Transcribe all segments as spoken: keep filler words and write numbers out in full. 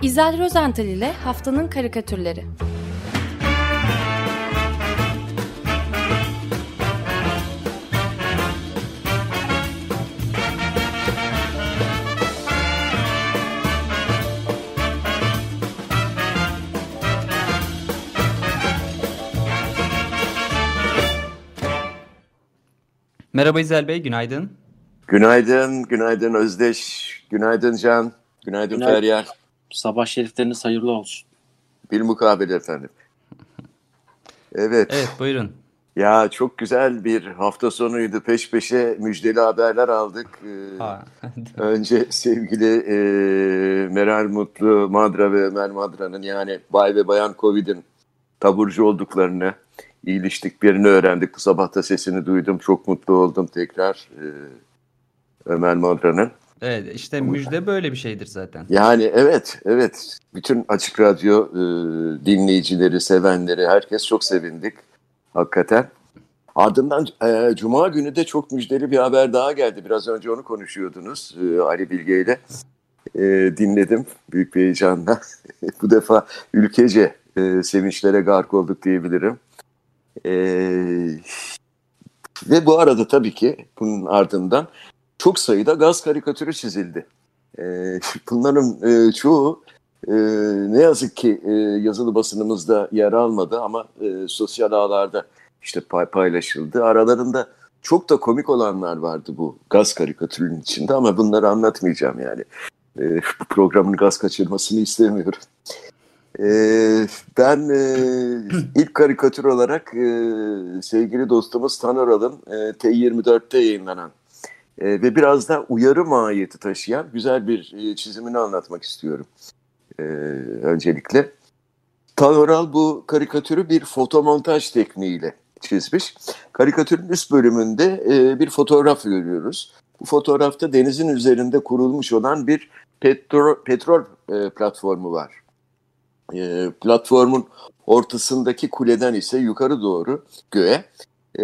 İzel Rozental ile Haftanın Karikatürleri. Merhaba İzel Bey, günaydın. Günaydın, günaydın Özdeş, günaydın Can, günaydın, günaydın. Feryal. Sabah şerifleriniz hayırlı olsun. Bilmukabele efendim. Evet. Evet, buyurun. Ya çok güzel bir hafta sonuydu. Peş peşe müjdeli haberler aldık. Ee, önce sevgili e, Meral Mutlu Madra ve Ömer Madra'nın, yani Bay ve Bayan Covid'in taburcu olduklarını, iyileştiklerini öğrendik. Bu sabah da sesini duydum. Çok mutlu oldum tekrar e, Ömer Madra'nın. Evet, işte müjde böyle bir şeydir zaten. Yani evet, evet. Bütün Açık Radyo e, dinleyicileri, sevenleri, herkes çok sevindik. Hakikaten. Ardından e, Cuma günü de çok müjdeli bir haber daha geldi. Biraz önce onu konuşuyordunuz e, Ali Bilge ile. E, dinledim büyük bir heyecanla. Bu defa ülkece e, sevinçlere gark olduk diyebilirim. E, ve bu arada tabii ki bunun ardından çok sayıda gaz karikatürü çizildi. E, bunların e, çoğu e, ne yazık ki e, yazılı basınımızda yer almadı ama e, sosyal ağlarda işte pay, paylaşıldı. Aralarında çok da komik olanlar vardı bu gaz karikatürünün içinde ama bunları anlatmayacağım yani. E, bu programın gaz kaçırmasını istemiyorum. E, ben e, ilk karikatür olarak e, sevgili dostumuz Taner Al'ın e, T yirmi dörtte yayınlanan e, ve biraz da uyarı mahiyeti taşıyan güzel bir e, çizimini anlatmak istiyorum. E, öncelikle. Taner Al bu karikatürü bir fotomontaj tekniğiyle çizmiş. Karikatürün üst bölümünde e, bir fotoğraf görüyoruz. Bu fotoğrafta denizin üzerinde kurulmuş olan bir petrol, petrol e, platformu var. E, platformun ortasındaki kuleden ise yukarı doğru göğe e,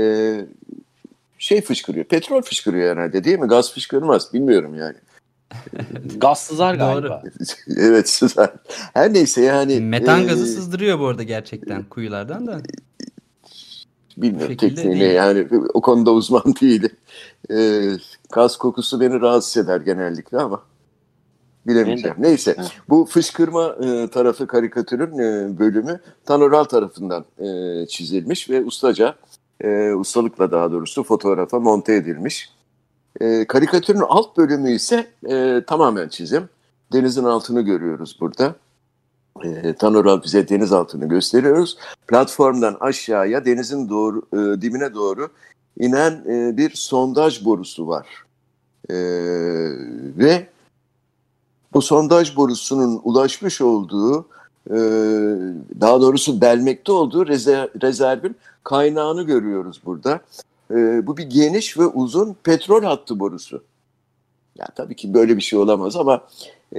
şey fışkırıyor. Petrol fışkırıyor herhalde, değil mi? Gaz fışkırmaz. Bilmiyorum yani. Gaz sızar galiba. Evet, sızar. Her neyse yani. Metan gazı e, sızdırıyor bu arada gerçekten kuyulardan da. Bilmiyorum tekniğini, yani o konuda uzman değilim. E, gaz kokusu beni rahatsız eder genellikle ama bilemeyeceğim. Neyse, bu fışkırma e, tarafı karikatürün e, bölümü Taner Al tarafından e, çizilmiş ve ustaca, e, ustalıkla daha doğrusu fotoğrafa monte edilmiş. E, karikatürün alt bölümü ise e, tamamen çizim. Denizin altını görüyoruz burada. E, Taner Al bize deniz altını gösteriyoruz. Platformdan aşağıya denizin doğru e, dibine doğru inen e, bir sondaj borusu var. E, ve bu sondaj borusunun ulaşmış olduğu, e, daha doğrusu delmekte olduğu rezerv, rezervin kaynağını görüyoruz burada. E, bu bir geniş ve uzun petrol hattı borusu. Ya tabii ki böyle bir şey olamaz ama e,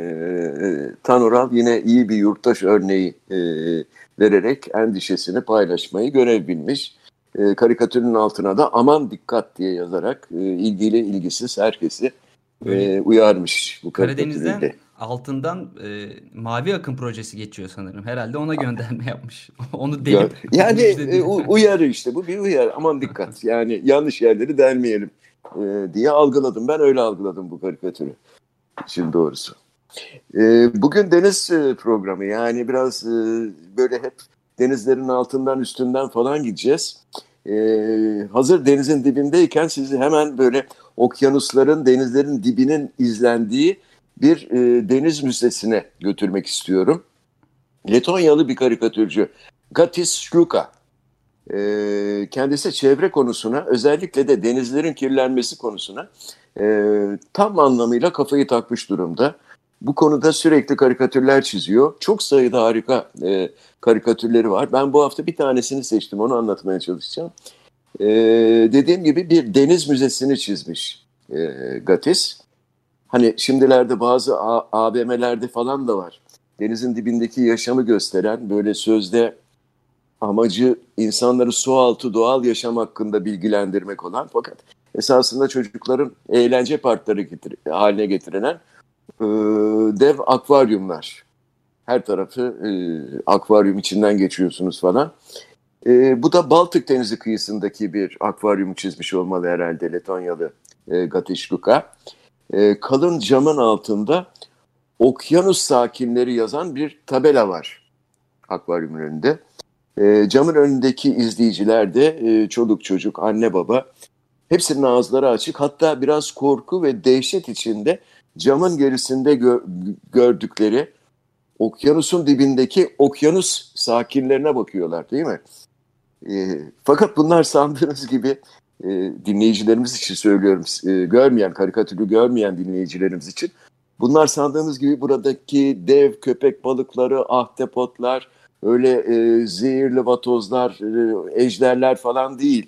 Taner Al yine iyi bir yurttaş örneği e, vererek endişesini paylaşmayı görev bilmiş. E, karikatürün altına da aman dikkat diye yazarak e, ilgili ilgisiz herkesi e, uyarmış bu karikatürüyle. Karadeniz'den altından e, Mavi Akım projesi geçiyor sanırım. Herhalde ona gönderme yapmış. Onu delip. Yani e, uyarı işte, bu bir uyarı. Aman dikkat, yani yanlış yerleri delmeyelim e, diye algıladım. Ben öyle algıladım bu karikatürü. Şimdi doğrusu. E, bugün deniz e, programı, yani biraz e, böyle hep denizlerin altından üstünden falan gideceğiz. E, hazır denizin dibindeyken sizi hemen böyle okyanusların, denizlerin dibinin izlendiği bir e, deniz müzesine götürmek istiyorum. Letonyalı bir karikatürcü Gatis Šliuka. E, kendisi çevre konusuna, özellikle de denizlerin kirlenmesi konusuna e, tam anlamıyla kafayı takmış durumda. Bu konuda sürekli karikatürler çiziyor. Çok sayıda harika e, karikatürleri var. Ben bu hafta bir tanesini seçtim, onu anlatmaya çalışacağım. E, dediğim gibi bir deniz müzesini çizmiş e, Gatis. Hani şimdilerde bazı A V M'lerde falan da var. Denizin dibindeki yaşamı gösteren, böyle sözde amacı insanları su altı doğal yaşam hakkında bilgilendirmek olan, fakat esasında çocukların eğlence parkları getir- haline getirilen e, dev akvaryumlar. Her tarafı e, akvaryum içinden geçiyorsunuz falan. E, bu da Baltık Denizi kıyısındaki bir akvaryum çizmiş olmalı herhalde Letonyalı e, Gatish Luka. E, kalın camın altında okyanus sakinleri yazan bir tabela var akvaryumun önünde. E, camın önündeki izleyiciler de e, çoluk çocuk, anne baba, hepsinin ağızları açık. Hatta biraz korku ve dehşet içinde camın gerisinde gö- gördükleri okyanusun dibindeki okyanus sakinlerine bakıyorlar, değil mi? E, fakat bunlar sandığınız gibi, e, dinleyicilerimiz için söylüyorum, e, görmeyen, karikatürü görmeyen dinleyicilerimiz için, bunlar sandığınız gibi buradaki dev köpek balıkları, ahtapotlar, öyle e, zehirli vatozlar, e, ejderler falan değil.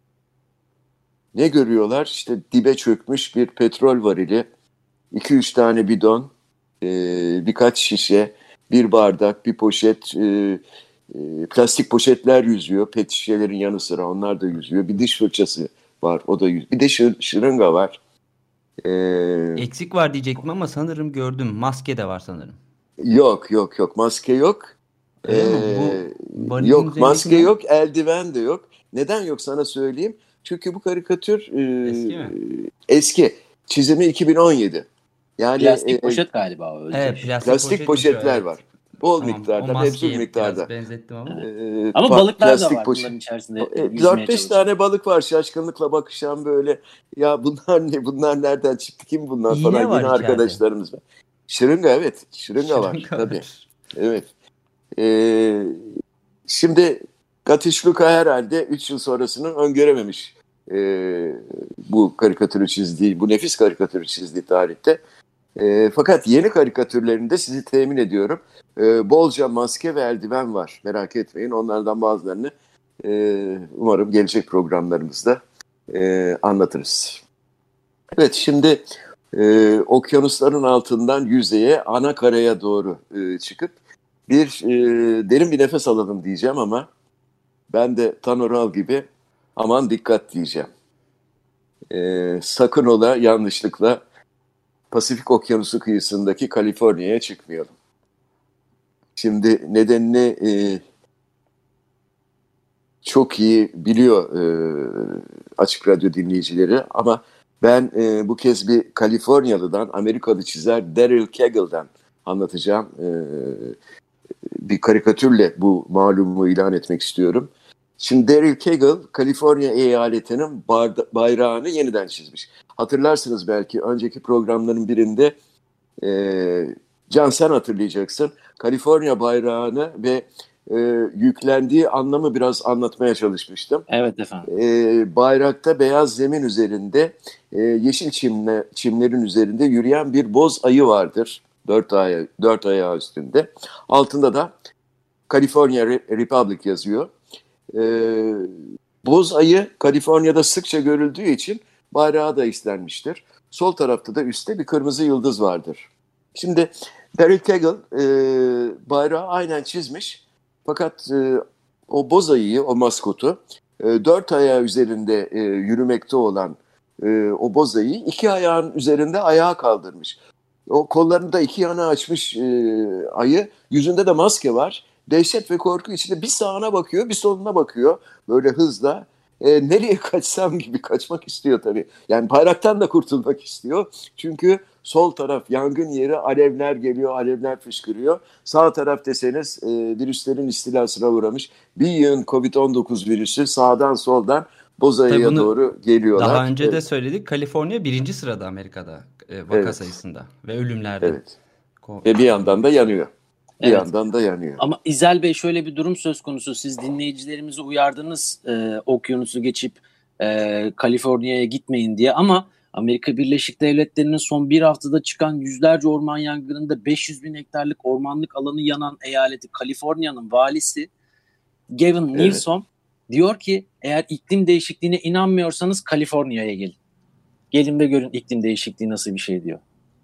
Ne görüyorlar? İşte dibe çökmüş bir petrol varili, iki üç tane bidon, e, birkaç şişe, bir bardak, bir poşet, e, e, plastik poşetler yüzüyor. Pet şişelerin yanı sıra onlar da yüzüyor. Bir diş fırçası var, o da yüzüyor. Bir de şır, şırınga var. E, Eksik var diyecektim ama sanırım gördüm. Maske de var sanırım. Yok yok yok, maske yok. Öyle mi? Ee, Bu yok maske ne? yok, eldiven de yok. Neden yok sana söyleyeyim. Çünkü bu karikatür e, eski mi? Eski. Çizimi iki bin on yedi. Yani plastik e, poşet galiba. Öyle evet, şey. plastik, plastik poşetler evet. var. Bol Tamam, miktarda, mevcut miktarda. benzettim ama. Ee, Ama pa- balıklar da var poşet. bunların içerisinde. E, dört beş tane balık var şaşkınlıkla bakışan böyle. Ya bunlar ne? Bunlar nereden çıktı? Kim bunlar İğne falan. var Yine içeride. arkadaşlarımız var. Şırınga, evet. Şırınga, Şırınga var. var. Tabii. Evet. Ee, şimdi Gatish Luka herhalde üç yıl sonrasını öngörememiş. Ee, bu karikatürü çizdiği, bu nefis karikatürü çizdiği tarihte. Ee, fakat yeni karikatürlerinde sizi temin ediyorum. Ee, bolca maske ve eldiven var. Merak etmeyin. Onlardan bazılarını e, umarım gelecek programlarımızda e, anlatırız. Evet, şimdi e, okyanusların altından yüzeye, ana karaya doğru e, çıkıp bir e, derin bir nefes alalım diyeceğim ama ben de Tan Oral gibi aman dikkat diyeceğim. E, sakın ola yanlışlıkla Pasifik Okyanusu kıyısındaki Kaliforniya'ya çıkmayalım. Şimdi nedenini e, çok iyi biliyor e, Açık Radyo dinleyicileri ama ben e, bu kez bir Kaliforniyalı'dan, Amerikalı çizer Daryl Kegel'den anlatacağım. E, bir karikatürle bu malumu ilan etmek istiyorum. Şimdi Daryl Kegel, Kaliforniya eyaletinin bayrağını yeniden çizmiş. Hatırlarsınız belki önceki programların birinde, e, Can sen hatırlayacaksın, Kaliforniya bayrağını ve e, yüklendiği anlamı biraz anlatmaya çalışmıştım. Evet efendim. E, bayrakta beyaz zemin üzerinde, e, yeşil çimle, çimlerin üzerinde yürüyen bir boz ayı vardır. Dört, aya, dört ayağı üstünde. Altında da California Republic yazıyor. Ee, boz ayı Kaliforniya'da sıkça görüldüğü için bayrağı da istenmiştir. Sol tarafta da üstte bir kırmızı yıldız vardır. Şimdi Daryl Kegel e, bayrağı aynen çizmiş. Fakat e, o boz ayıyı, o maskotu, e, dört ayağı üzerinde e, yürümekte olan e, o boz ayıyı iki ayağın üzerinde ayağa kaldırmış. O kollarını da iki yana açmış e, ayı, yüzünde de maske var. Dehşet ve korku içinde bir sağına bakıyor, bir soluna bakıyor böyle hızla. E, nereye kaçsam gibi kaçmak istiyor tabii. Yani bayraktan da kurtulmak istiyor. Çünkü sol taraf yangın yeri, alevler geliyor, alevler fışkırıyor. Sağ taraf deseniz e, virüslerin istilasına uğramış. Bir yığın kovid on dokuz virüsü sağdan soldan Bozayı'ya doğru geliyorlar. Daha önce evet. de söyledik. Kaliforniya birinci sırada Amerika'da e, vaka evet. sayısında ve ölümlerde. Evet. Ve bir yandan da yanıyor. Bir evet. yandan da yanıyor. Ama İzel Bey, şöyle bir durum söz konusu. Siz dinleyicilerimizi uyardınız e, okyanusu geçip e, Kaliforniya'ya gitmeyin diye. Ama Amerika Birleşik Devletleri'nin son bir haftada çıkan yüzlerce orman yangınında beş yüz bin hektarlık ormanlık alanı yanan eyaleti Kaliforniya'nın valisi Gavin evet. Newsom diyor ki eğer iklim değişikliğine inanmıyorsanız Kaliforniya'ya gelin. Gelin ve görün iklim değişikliği nasıl bir şey diyor.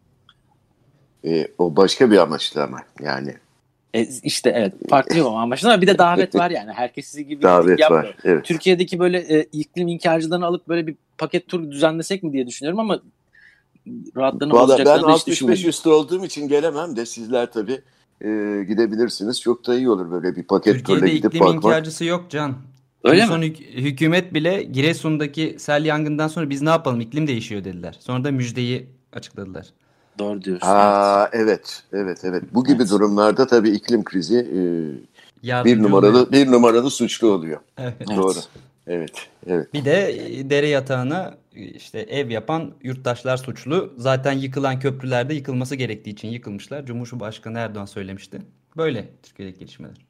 E, o başka bir amaçlı ama yani. E, işte evet, farklı bir amaçlı ama bir de davet var yani. Herkes sizi gibi davet yapmıyor. Var, evet. Türkiye'deki böyle e, iklim inkarcılarını alıp böyle bir paket tur düzenlesek mi diye düşünüyorum ama rahatlarını bozacaklarını ben hiç altmış beş üstü olduğum için gelemem de sizler tabii e, gidebilirsiniz. Çok da iyi olur böyle bir paket Türkiye'de turla gidip iklim bakmak. inkarcısı yok Can. Öyle En son mi? hük- hükümet bile Giresun'daki sel yangından sonra biz ne yapalım, iklim değişiyor dediler. Sonra da müjdeyi açıkladılar. Doğru diyorsun. Aa, evet, evet, evet. Bu gibi Evet. durumlarda tabii iklim krizi e, bir Yardımcı numaralı oluyor. bir numaralı suçlu oluyor. Evet. Evet. Doğru. Evet, evet. Bir de e, dere yatağına e, işte ev yapan yurttaşlar suçlu. Zaten yıkılan köprülerde yıkılması gerektiği için yıkılmışlar. Cumhurbaşkanı Erdoğan söylemişti. Böyle Türkiye'deki gelişmeler.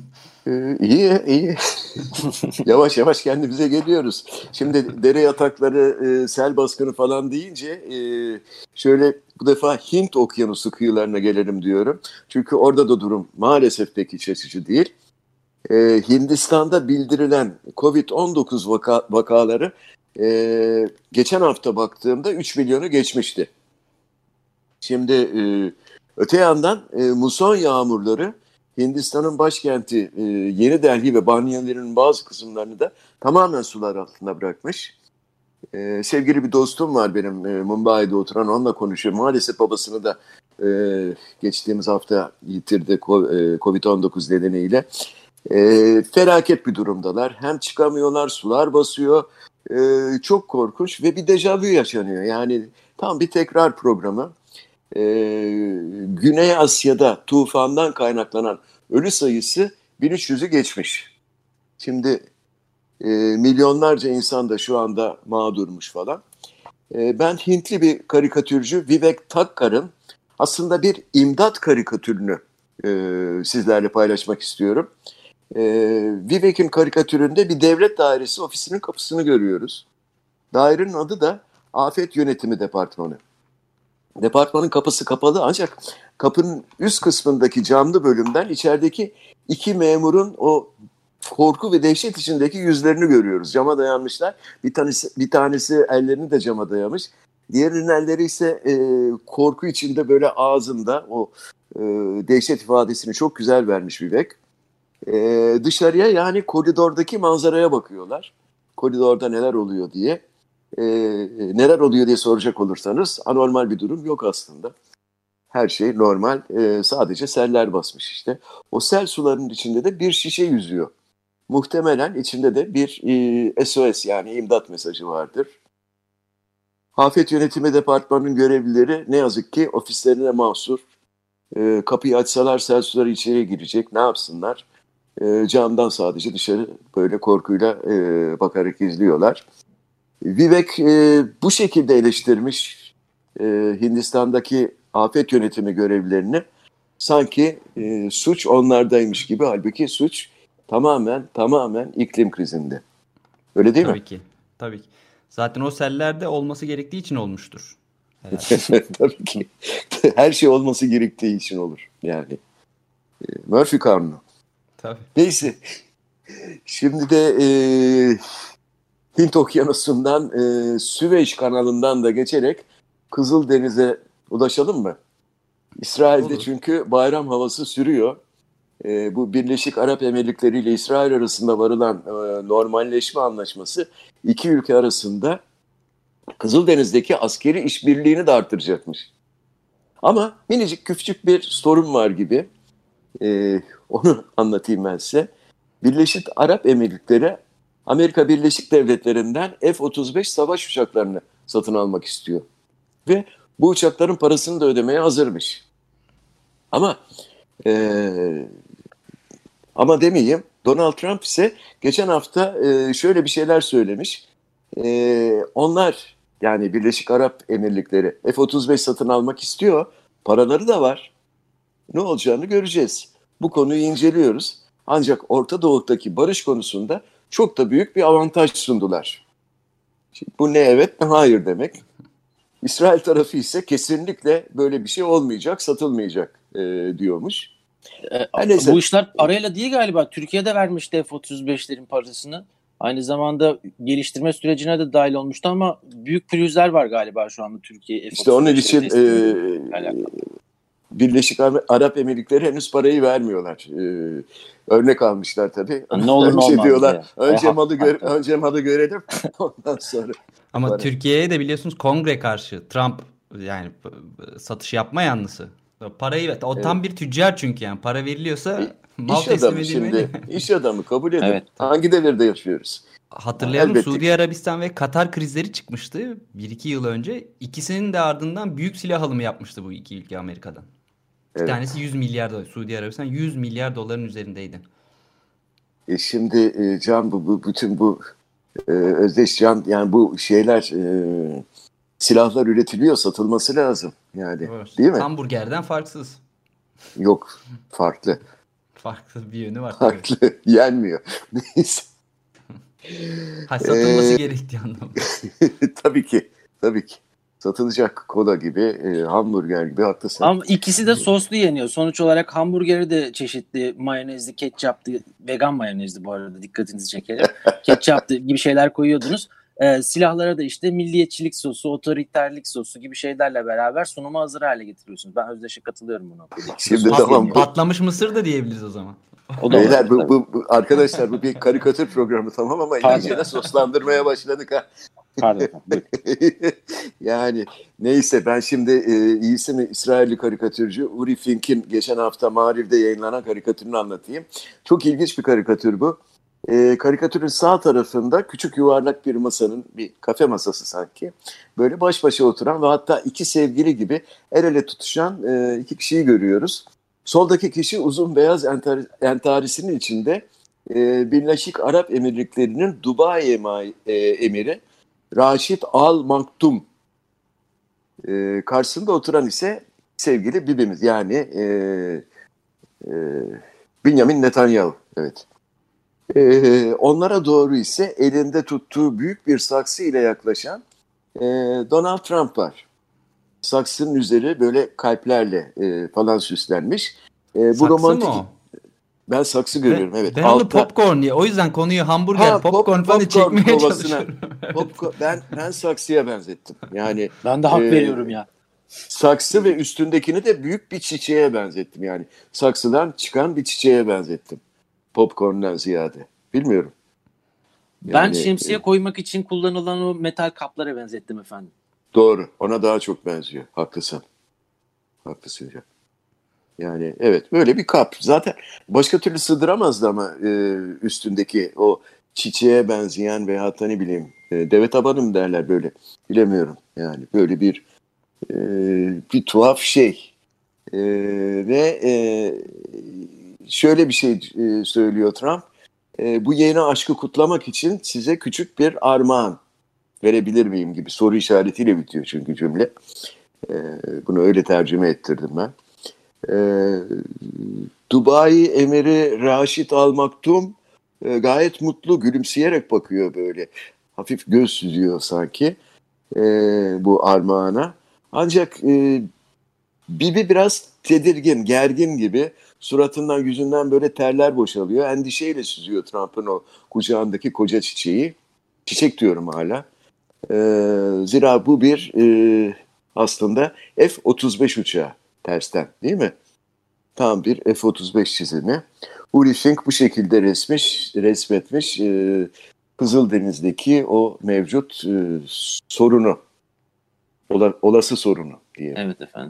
Ee, iyi, iyi. Yavaş yavaş kendimize geliyoruz. Şimdi dere yatakları, e, sel baskını falan deyince e, şöyle bu defa Hint Okyanusu kıyılarına gelelim diyorum. Çünkü orada da durum maalesef pek iç açıcı değil. E, Hindistan'da bildirilen kovid on dokuz vaka, vakaları e, geçen hafta baktığımda üç milyonu geçmişti. Şimdi e, öte yandan e, muson yağmurları Hindistan'ın başkenti e, Yeni Delhi ve Banyalarının bazı kısımlarını da tamamen sular altında bırakmış. E, sevgili bir dostum var benim e, Mumbai'de oturan, onunla konuşuyorum. Maalesef babasını da e, geçtiğimiz hafta yitirdi kovid on dokuz nedeniyle. E, felaket bir durumdalar. Hem çıkamıyorlar, sular basıyor. E, çok korkunç ve bir dejavu yaşanıyor. Yani tam bir tekrar programı. Ee, Güney Asya'da tufandan kaynaklanan ölü sayısı bin üç yüzü geçmiş. Şimdi e, milyonlarca insan da şu anda mağdurmuş falan. E, ben Hintli bir karikatürcü Vivek Thakkar'ın aslında bir imdat karikatürünü e, sizlerle paylaşmak istiyorum. E, Vivek'in karikatüründe bir devlet dairesi ofisinin kapısını görüyoruz. Dairenin adı da Afet Yönetimi Departmanı. Departmanın kapısı kapalı ancak kapının üst kısmındaki camlı bölümden içerideki iki memurun o korku ve dehşet içindeki yüzlerini görüyoruz. Cama dayanmışlar. Bir tanesi, bir tanesi ellerini de cama dayamış. Diğerinin elleri ise e, korku içinde böyle ağzında o e, dehşet ifadesini çok güzel vermiş Vivek. E, dışarıya yani koridordaki manzaraya bakıyorlar. Koridorda neler oluyor diye. Ee, neler oluyor diye soracak olursanız anormal bir durum yok aslında. Her şey normal. Ee, sadece seller basmış işte. O sel sularının içinde de bir şişe yüzüyor. Muhtemelen içinde de bir e, S O S yani imdat mesajı vardır. Afet Yönetimi Departmanı'nın görevlileri ne yazık ki ofislerine mahsur. Ee, kapıyı açsalar sel suları içeriye girecek. Ne yapsınlar? Ee, camdan sadece dışarı böyle korkuyla e, bakarak izliyorlar. Vivek e, bu şekilde eleştirmiş e, Hindistan'daki afet yönetimi görevlilerini. Sanki e, suç onlardaymış gibi, halbuki suç tamamen tamamen iklim krizinde. Öyle değil Tabii mi? ki. Tabii ki. Zaten o sellerde olması gerektiği için olmuştur. Tabii ki. Her şey olması gerektiği için olur yani. E, Murphy kanunu. Tabii. Neyse. Şimdi de e, Hint Okyanusu'ndan e, Süveyş kanalından da geçerek Kızıldeniz'e ulaşalım mı? İsrail'de Olur. çünkü bayram havası sürüyor. E, bu Birleşik Arap Emirlikleri ile İsrail arasında varılan e, normalleşme anlaşması iki ülke arasında Kızıldeniz'deki askeri işbirliğini de artıracakmış. Ama minicik küçük bir sorun var gibi. E, onu anlatayım ben size. Birleşik Arap Emirlikleri Amerika Birleşik Devletleri'nden F otuz beş savaş uçaklarını satın almak istiyor. Ve bu uçakların parasını da ödemeye hazırmış. Ama ee, ama demeyeyim, Donald Trump ise geçen hafta e, şöyle bir şeyler söylemiş. E, onlar yani Birleşik Arap Emirlikleri F otuz beş satın almak istiyor. Paraları da var. Ne olacağını göreceğiz. Bu konuyu inceliyoruz. Ancak Orta Doğu'daki barış konusunda çok da büyük bir avantaj sundular. Şimdi bu ne evet ne hayır demek. İsrail tarafı ise kesinlikle böyle bir şey olmayacak, satılmayacak e, diyormuş. E, neyse. Bu işler parayla değil galiba. Türkiye'de vermişti F otuz beşlerin parasını. Aynı zamanda geliştirme sürecine de dahil olmuştu ama büyük pürüzler var galiba şu anda Türkiye F otuz beş. İşte onun için e, Birleşik Arap Emirlikleri henüz parayı vermiyorlar. Ee, örnek almışlar tabii. Ne olur ne önce olmaz diyorlar, diye. önce E, malı gör, haklı. önce malı görelim. Ondan sonra. Ama para. Türkiye'ye de biliyorsunuz kongre karşı. Trump yani satış yapma yanlısı. Parayı o Evet. tam bir tüccar çünkü yani para veriliyorsa E, mal İş teslim adamı edilmeli. şimdi, iş adamı kabul edin. Evet. Hangi devirde yaşıyoruz? Hatırlayalım, Elbette Suudi ki. Arabistan ve Katar krizleri çıkmıştı bir iki yıl önce. İkisinin de ardından büyük silah alımı yapmıştı bu iki ülke Amerika'dan. Bir Evet. tanesi yüz milyar dolar. Suudi Arabistan yüz milyar doların üzerindeydi. E şimdi e, Can bu, bu bütün bu e, Özdeş Can yani bu şeyler e, silahlar üretiliyor, satılması lazım yani, Evet. değil mi? Hamburgerden farksız. Yok, farklı. Farklı bir yönü var tabii. Farklı. Yenmiyor. Neyse. Ha, satılması Ee, gerektiği anlamında. Tabii ki. Tabii ki. Satılacak kola gibi, e, hamburger gibi, haklısın. Ama ikisi de soslu yeniyor. Sonuç olarak hamburgeri de çeşitli mayonezli, ketçaplı, vegan mayonezli bu arada dikkatinizi çekerim. Ketçaplı gibi şeyler koyuyordunuz. Ee, silahlara da işte milliyetçilik sosu, otoriterlik sosu gibi şeylerle beraber sunuma hazır hale getiriyorsunuz. Ben Özdeş'e katılıyorum buna. Şimdi Sos tamam. yeniyor. Patlamış mısır da diyebiliriz o zaman. O da Beyler var, bu, tabii. bu, bu arkadaşlar bu bir karikatür programı tamam ama Pardon. iyice de soslandırmaya başladık ha. Pardon efendim. Buyurun. Yani neyse ben şimdi e, iyisi mi İsrailli karikatürcü Uri Fink'in geçen hafta Maarif'de yayınlanan karikatürünü anlatayım. Çok ilginç bir karikatür bu. E, karikatürün sağ tarafında küçük yuvarlak bir masanın, bir kafe masası sanki, böyle baş başa oturan ve hatta iki sevgili gibi el ele tutuşan e, iki kişiyi görüyoruz. Soldaki kişi uzun beyaz enter, entarisinin içinde e, Birleşik Arap Emirlikleri'nin Dubai ema, e, emiri Raşid Al Maktum. E, karşısında oturan ise sevgili Bibimiz yani e, e, Benjamin Netanyahu. Evet. E, onlara doğru ise elinde tuttuğu büyük bir saksı ile yaklaşan e, Donald Trump var. Saksının üzeri böyle kalplerle e, falan süslenmiş. E, bu Saksı romantik. mı o? Ben saksı görüyorum, Ben, evet. ben onu Altta- popcorn diye. O yüzden konuyu hamburger, Ha, pop- popcorn falan popcorn çekmeye kovasına. çalışıyorum. Popcorn- ben ben saksıya benzettim. Yani Ben de hak e, veriyorum ya. saksı ve üstündekini de büyük bir çiçeğe benzettim. Yani saksıdan çıkan bir çiçeğe benzettim. Popcorn'dan ziyade. Bilmiyorum. Ben Yani, şemsiye e, koymak için kullanılan o metal kaplara benzettim efendim. Doğru. Ona daha çok benziyor. Haklısın. Haklısın hocam. Yani evet böyle bir kap. Zaten başka türlü sığdıramazdı ama e, üstündeki o çiçeğe benzeyen veya hatta ne bileyim e, deve tabanı mı derler böyle. Bilemiyorum. Yani böyle bir e, bir tuhaf şey. E, ve e, şöyle bir şey e, söylüyor Trump. E, bu yeni aşkı kutlamak için size küçük bir armağan verebilir miyim gibi soru işaretiyle bitiyor çünkü cümle. E, bunu öyle tercüme ettirdim ben. E, Dubai Emiri Raşid Al Maktum e, gayet mutlu, gülümseyerek bakıyor böyle. Hafif göz süzüyor sanki e, bu armağana. Ancak e, Bibi biraz tedirgin, gergin gibi. Suratından, yüzünden böyle terler boşalıyor. Endişeyle süzüyor Trump'ın o kucağındaki koca çiçeği. Çiçek diyorum hala. E, zira bu bir e, aslında F otuz beş uçağı tersten, değil mi? Tam bir F otuz beş çizimi. Uri Fink bu şekilde resmiş, resmetmiş e, Kızıldeniz'deki o mevcut e, sorunu, ola, olası sorunu diye. Evet efendim.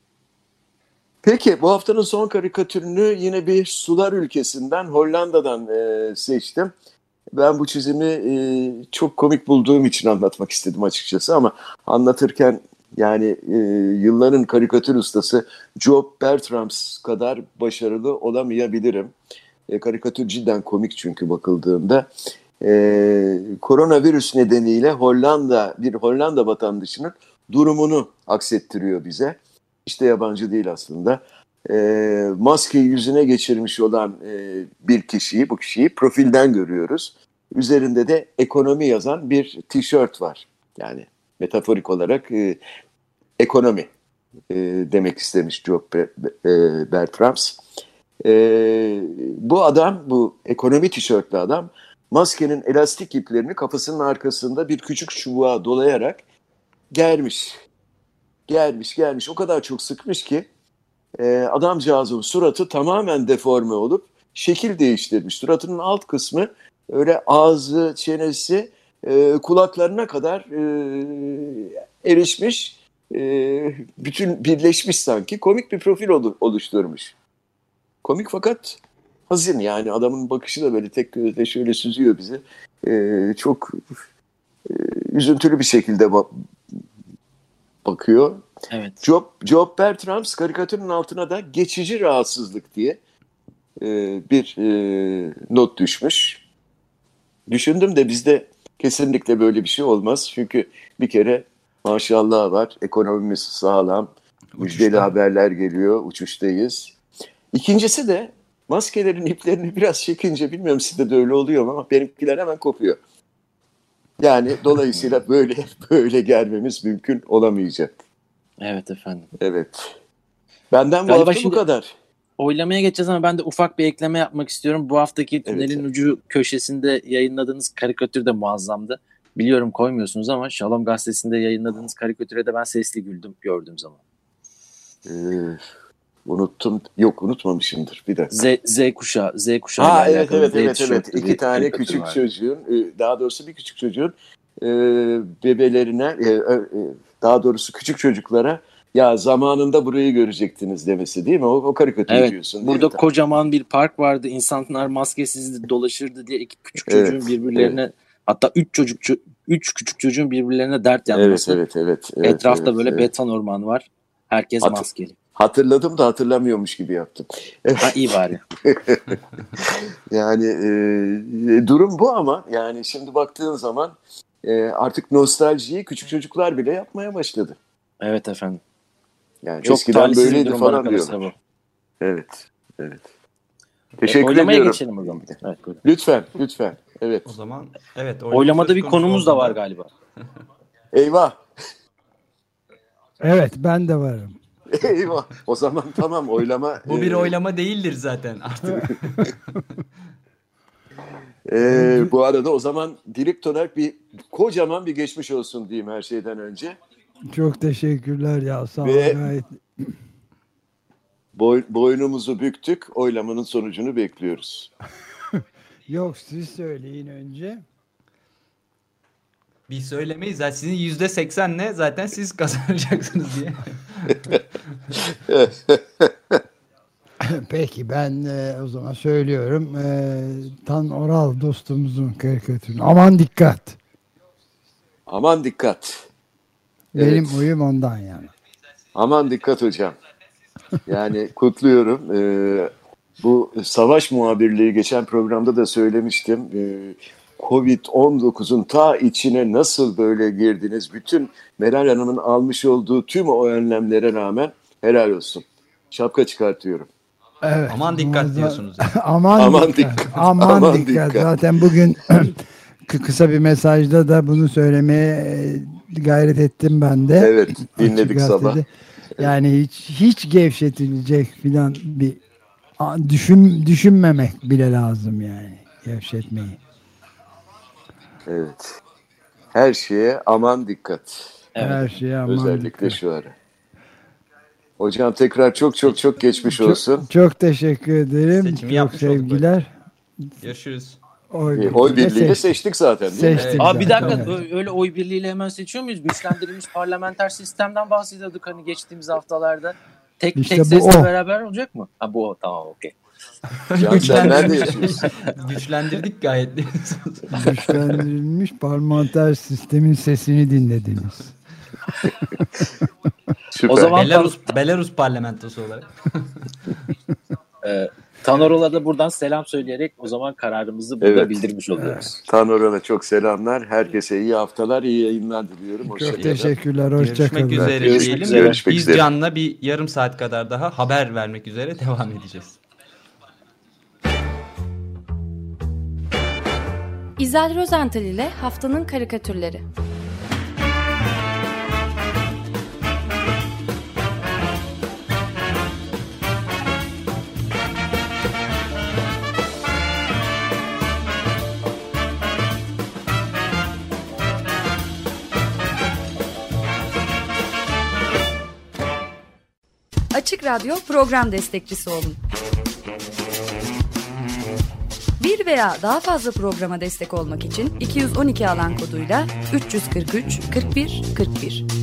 Peki bu haftanın son karikatürünü yine bir sular ülkesinden, Hollanda'dan e, seçtim. Ben bu çizimi e, çok komik bulduğum için anlatmak istedim açıkçası ama anlatırken yani e, yılların karikatür ustası Job Bertrams kadar başarılı olamayabilirim. E, karikatür cidden komik çünkü bakıldığında. E, koronavirüs nedeniyle Hollanda bir Hollanda vatandaşının durumunu aksettiriyor bize. İşte yabancı değil aslında. E, maskeyi yüzüne geçirmiş olan e, bir kişiyi, bu kişiyi profilden görüyoruz. Üzerinde de ekonomi yazan bir tişört var. Yani metaforik olarak e, ekonomi e, demek istemiş Job Bertrams. E, bu adam, bu ekonomi tişörtlü adam maskenin elastik iplerini kafasının arkasında bir küçük çubuğa dolayarak germiş. Germiş, germiş. O kadar çok sıkmış ki e, adamcağızın suratı tamamen deforme olup şekil değiştirmiş. Suratının alt kısmı öyle ağzı, çenesi, e, kulaklarına kadar e, erişmiş e, bütün birleşmiş sanki komik bir profil oluşturmuş. Komik fakat hazin, yani adamın bakışı da böyle tek gözle şöyle süzüyor bizi. E, çok e, üzüntülü bir şekilde ba- bakıyor. Evet. Job, Job Bertrams karikatürün altına da geçici rahatsızlık diye e, bir e, not düşmüş. Düşündüm de bizde kesinlikle böyle bir şey olmaz. Çünkü bir kere maşallah var, ekonomimiz sağlam, müjdeli haberler geliyor, uçuştayız. İkincisi de maskelerin iplerini biraz çekince, bilmiyorum sizde de öyle oluyor mu ama benimkiler hemen kopuyor. Yani dolayısıyla böyle böyle gelmemiz mümkün olamayacak. Evet efendim. Evet. Benden bu Galiba hafta şimdi bu kadar. Oylamaya geçeceğiz ama ben de ufak bir ekleme yapmak istiyorum. Bu haftaki Tünelin Evet. Ucu köşesinde yayınladığınız karikatür de muazzamdı. Biliyorum koymuyorsunuz ama Şalom Gazetesi'nde yayınladığınız karikatüre de ben sesli güldüm gördüğüm zaman. Ee, unuttum. Yok, unutmamışımdır. Bir dakika. Z, Z kuşağı, Z kuşağı Ha, ile evet alakalı evet Z evet tişörtlü evet. bir İki tane karikatür küçük var. çocuğun, e, daha doğrusu bir küçük çocuğun e, bebelerine, e, e, daha doğrusu küçük çocuklara ya zamanında burayı görecektiniz demesi, değil mi? O, o karikatür Evet. diyorsun. Burada mi? kocaman bir park vardı. İnsanlar maskesiz dolaşırdı diye iki küçük Evet, çocuğun birbirlerine evet. hatta üç çocuk üç küçük çocuğun birbirlerine dert Evet, yanması. evet, evet, evet. Etrafta evet, böyle evet. beton orman var. Herkes Hat- maskeli. Hatırladım da hatırlamıyormuş gibi yaptım. Ha iyi bari. Yani e, durum bu ama yani şimdi baktığın zaman e, artık nostaljiyi küçük çocuklar bile yapmaya başladı. Evet efendim. Yani Çok eskiden talihsiz bir böyleydi durum bana falan kalırsa diyorlar. bu. Evet, evet. E, Teşekkür oylamaya ediyorum. geçelim o zaman. Evet, buyurun. Lütfen, lütfen. Evet. O zaman evet. oylama Oylamada söz bir konusu konumuz da olduğunda- var galiba. Eyvah. Evet, ben de varım. Eyvah. O zaman tamam, oylama. Bu bir e, oylama değildir zaten artık. e, bu arada o zaman direkt olarak bir kocaman bir geçmiş olsun diyeyim her şeyden önce. Çok teşekkürler ya, sağ olun. Ve- Gayet... Boy, boynumuzu büktük. Oylamanın sonucunu bekliyoruz. Yok, siz söyleyin önce. Biz söylemeyiz. Zaten sizin yüzde seksenle zaten siz kazanacaksınız diye. Peki ben e, o zaman söylüyorum. E, Tan Oral dostumuzun karikatürünü. Aman dikkat. Aman dikkat. Benim Evet. oyum ondan yani. Aman dikkat hocam. Yani kutluyorum. Ee, bu savaş muhabirliği geçen programda da söylemiştim. Ee, kovid on dokuzun ta içine nasıl böyle girdiniz? Bütün Meral Hanım'ın almış olduğu tüm o önlemlere rağmen helal olsun. Şapka çıkartıyorum. Evet, Aman dikkat muazzam- diyorsunuz yani. Aman, Aman dikkat. dikkat. Aman, Aman dikkat. dikkat. Zaten bugün kı- kısa bir mesajda da bunu söylemeye e, gayret ettim ben de. Evet, dinledik Açık sabah. Gazete'de. Yani hiç hiç gevşetilecek filan bir a- düşün düşünmemek bile lazım yani, gevşetmeyi. Evet. Her şeye aman dikkat. Evet. Her şeye aman Özellikle dikkat. şu ara. Hocam tekrar çok çok çok geçmiş olsun. Çok, çok teşekkür ederim. Seçimi çok yapmış olduk sevgiler. Görüşürüz. Oy, Ee, Oy birliğiyle seçtik. seçtik zaten değil mi? Seçtik Evet. Abi bir zaten, dakika evet. ö- öyle oy birliğiyle hemen seçiyor muyuz? Güçlendirilmiş parlamenter sistemden bahsediyorduk hani geçtiğimiz haftalarda. Tek İşte tek bu sesle o. beraber olacak mı? Ha bu o tamam okey. Can sen nerede yaşıyorsun? Güçlendirdik gayet. Güçlendirilmiş parlamenter sistemin sesini dinlediniz. Süper. O zaman- Belarus, Belarus parlamentosu olarak. Ee, Tanorol'a da buradan selam söyleyerek o zaman kararımızı burada Evet. bildirmiş oluyoruz. Tanor'a çok selamlar. Herkese iyi haftalar, iyi yayınlar diliyorum. Çok Hoşçakalın. teşekkürler. Hoşçakalın. Görüşmek üzere Görüşmek diyelim. üzere. Görüşmek Biz üzere. Can'la bir yarım saat kadar daha haber vermek üzere devam edeceğiz. İzel Rozental ile Haftanın Karikatürleri. Açık Radyo program destekçisi olun. Bir veya daha fazla programa destek olmak için iki yüz on iki alan koduyla üç yüz kırk üç kırk bir kırk bir